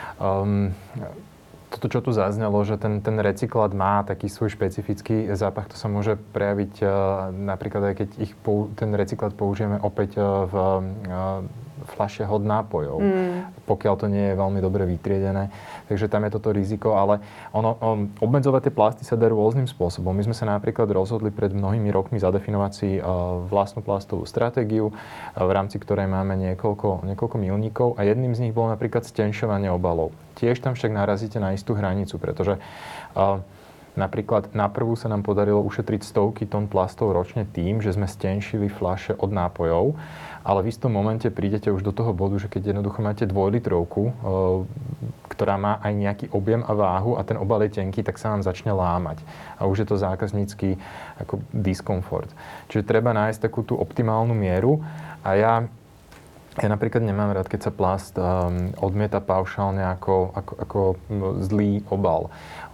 Toto, čo tu zaznelo, že ten recyklát má taký svoj špecifický zápach, to sa môže prejaviť napríklad aj keď ten recyklát použijeme opäť v fľašiach od nápojov, pokiaľ to nie je veľmi dobre vytriedené. Takže tam je toto riziko, ale obmedzovať tie plasty sa dá rôznym spôsobom. My sme sa napríklad rozhodli pred mnohými rokmi zadefinovať si vlastnú plastovú stratégiu, v rámci ktorej máme niekoľko milníkov a jedným z nich bolo napríklad stenšovanie obalov. Tiež tam však narazíte na istú hranicu, pretože napríklad na prvú sa nám podarilo ušetriť stovky tón plastov ročne tým, že sme stenšili fľaše od nápojov, ale v istom momente prídete už do toho bodu, že keď jednoducho máte 2-litrovku, ktorá má aj nejaký objem a váhu a ten obal je tenký, tak sa vám začne lámať. A už je to zákaznícky ako diskomfort. Čiže treba nájsť takú tú optimálnu mieru a ja napríklad nemám rád, keď sa plast odmieta paušálne ako zlý obal.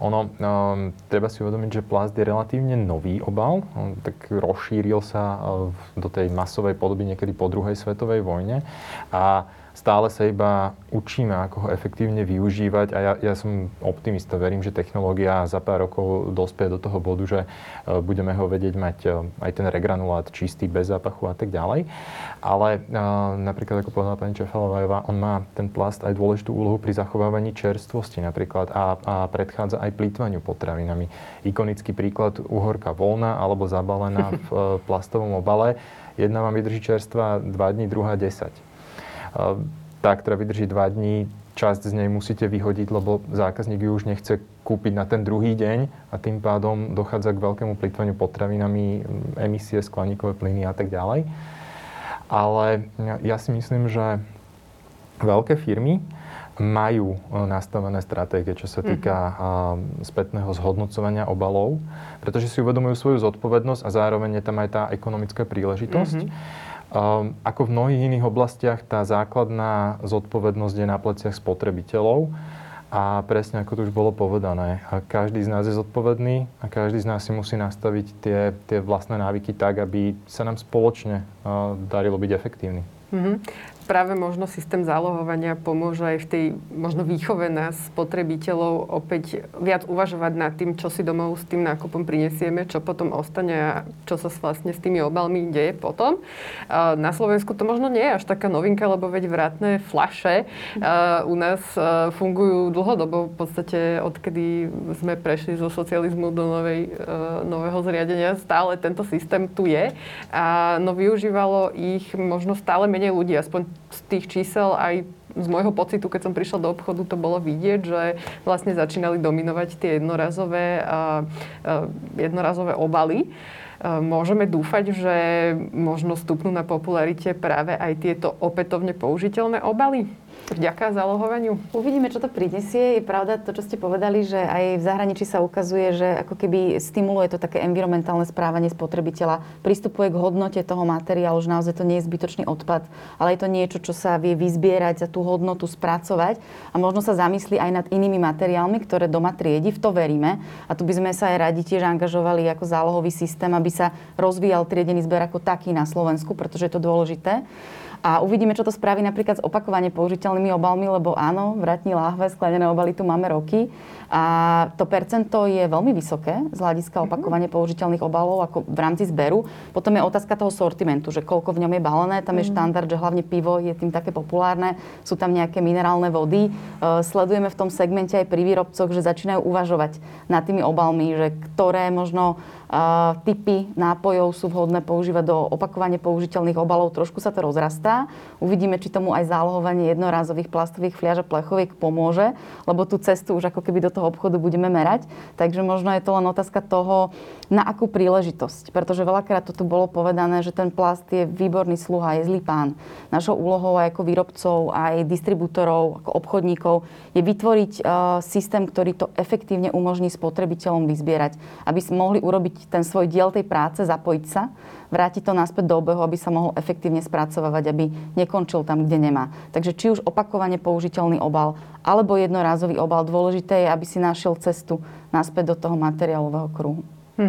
Treba si uvedomiť, že plast je relatívne nový obal. On tak rozšíril sa do tej masovej podoby niekedy po druhej svetovej vojne a stále sa iba učíme, ako ho efektívne využívať a ja som optimista. Verím, že technológia za pár rokov dospie do toho bodu, že budeme ho vedieť mať aj ten regranulát čistý, bez zápachu a tak ďalej. Ale napríklad, ako povedala pani Čefalová, on má ten plast aj dôležitú úlohu pri zachovávaní čerstvosti napríklad a predchádza aj plýtvaniu potravinami. Ikonický príklad uhorka voľná alebo zabalená v plastovom obale. Jedna vám vydrží čerstva 2 dní, druhá 10. Tá, ktorá vydrží 2 dní, časť z nej musíte vyhodiť, lebo zákazník ju už nechce kúpiť na ten druhý deň a tým pádom dochádza k veľkému plytvaniu potravinami, emisie, skleníkové plyny a tak ďalej. Ale ja si myslím, že veľké firmy majú nastavené stratégie, čo sa týka spätného zhodnocovania obalov, pretože si uvedomujú svoju zodpovednosť a zároveň je tam aj tá ekonomická príležitosť. Ako v mnohých iných oblastiach, tá základná zodpovednosť je na pleciach spotrebiteľov a presne ako to už bolo povedané, každý z nás je zodpovedný a každý z nás si musí nastaviť tie vlastné návyky tak, aby sa nám spoločne darilo byť efektívny. Práve možno systém zálohovania pomôže aj v tej možno výchove nás, spotrebiteľov, opäť viac uvažovať nad tým, čo si domov s tým nákupom prinesieme, čo potom ostane a čo sa vlastne s tými obalmi deje potom. Na Slovensku to možno nie je až taká novinka, lebo veď vrátne fľaše u nás fungujú dlhodobo, v podstate odkedy sme prešli zo socializmu do nového zriadenia. Stále tento systém tu je. No využívalo ich možno stále menej ľudí, aspoň z tých čísel aj z môjho pocitu, keď som prišla do obchodu, to bolo vidieť, že vlastne začínali dominovať tie jednorazové obaly. Môžeme dúfať, že možno stupnú na popularite práve aj tieto opätovne použiteľné obaly? Vďaka zálohovaniu? Uvidíme, čo to prinesie. Je pravda to, čo ste povedali, že aj v zahraničí sa ukazuje, že ako keby stimuluje to také environmentálne správanie spotrebiteľa. Pristupuje k hodnote toho materiálu, že naozaj to nie je zbytočný odpad, ale je to niečo, čo sa vie vyzbierať, za tú hodnotu spracovať a možno sa zamyslí aj nad inými materiálmi, ktoré doma triedi. V to veríme. A tu by sme sa aj radi tiež angažovali ako zálohový systém, aby sa rozvíjal triedený zber ako taký na Slovensku, pretože je to dôležité. A uvidíme, čo to spraví napríklad s opakovane použiteľnými obalmi, lebo áno, vratní láhve, sklenené obaly tu máme roky. A to percento je veľmi vysoké z hľadiska opakovane použiteľných obalov ako v rámci zberu. Potom je otázka toho sortimentu, že koľko v ňom je balené. Tam je štandard, že hlavne pivo je tým také populárne. Sú tam nejaké minerálne vody. Sledujeme v tom segmente aj pri výrobcoch, že začínajú uvažovať nad tými obalmi, že ktoré možno typy nápojov sú vhodné používať do opakovane použiteľných obalov. Trošku sa to rozrastá. Uvidíme, či tomu aj zálohovanie jednorázových plastových fľaš a plechoviek pomôže, lebo tú cestu už ako keby do toho obchodu budeme merať. Takže možno je to len otázka toho, na akú príležitosť. Pretože veľakrát to tu bolo povedané, že ten plast je výborný sluha, je zlý pán. Našou úlohou aj ako výrobcov, aj distribútorov, ako obchodníkov je vytvoriť systém, ktorý to efektívne umožní spotrebiteľom vyzbierať, aby mohli urobiť ten svoj diel tej práce, zapojiť sa, vrátiť to naspäť do obehu, aby sa mohol efektívne spracovávať, aby nekončil tam, kde nemá. Takže či už opakovane použiteľný obal, alebo jednorázový obal, dôležité je, aby si našiel cestu naspäť do toho materiálového kruhu.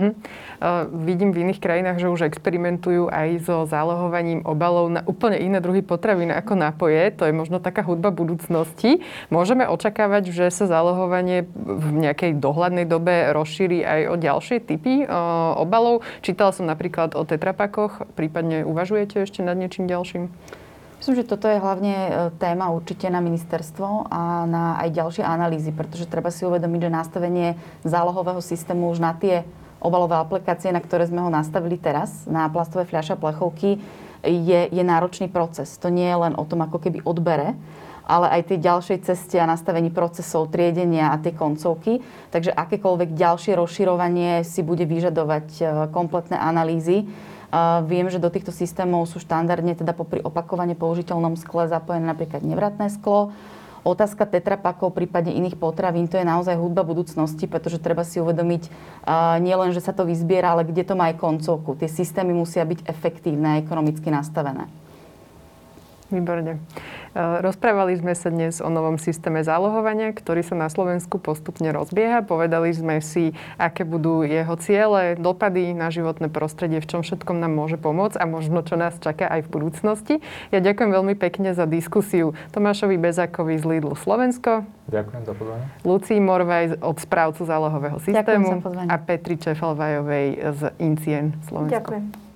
Vidím v iných krajinách, že už experimentujú aj so zálohovaním obalov na úplne iné druhy potravín ako nápoje. To je možno taká hudba budúcnosti. Môžeme očakávať, že sa zálohovanie v nejakej dohľadnej dobe rozšíri aj o ďalšie typy obalov. Čítala som napríklad o tetrapakoch. Prípadne uvažujete ešte nad niečím ďalším? Myslím, že toto je hlavne téma určite na ministerstvo a na aj ďalšie analýzy, pretože treba si uvedomiť, že nastavenie zálohového systému už na tie obalové aplikácie, na ktoré sme ho nastavili teraz, na plastové fľaše a plechovky, je náročný proces. To nie je len o tom, ako keby odbere, ale aj tej ďalšej ceste a nastavení procesov, triedenia a tie koncovky. Takže akékoľvek ďalšie rozširovanie si bude vyžadovať kompletné analýzy. Viem, že do týchto systémov sú štandardne, teda popri opakovane použiteľnom skle zapojené napríklad nevratné sklo. Otázka tetrapakov, prípadne iných potravín, to je naozaj hudba budúcnosti, pretože treba si uvedomiť nie len, že sa to vyzbiera, ale kde to má aj koncovku. Tie systémy musia byť efektívne a ekonomicky nastavené. Výborne. Rozprávali sme sa dnes o novom systéme zálohovania, ktorý sa na Slovensku postupne rozbieha. Povedali sme si, aké budú jeho ciele, dopady na životné prostredie, v čom všetkom nám môže pomôcť a možno čo nás čaká aj v budúcnosti. Ja ďakujem veľmi pekne za diskusiu Tomášovi Bezákovi z Lidlu Slovensko. Ďakujem za pozvanie. Lucii Morvaj od správcu zálohového systému a Petri Čefalvajovej z Incien Slovensko. Ďakujem.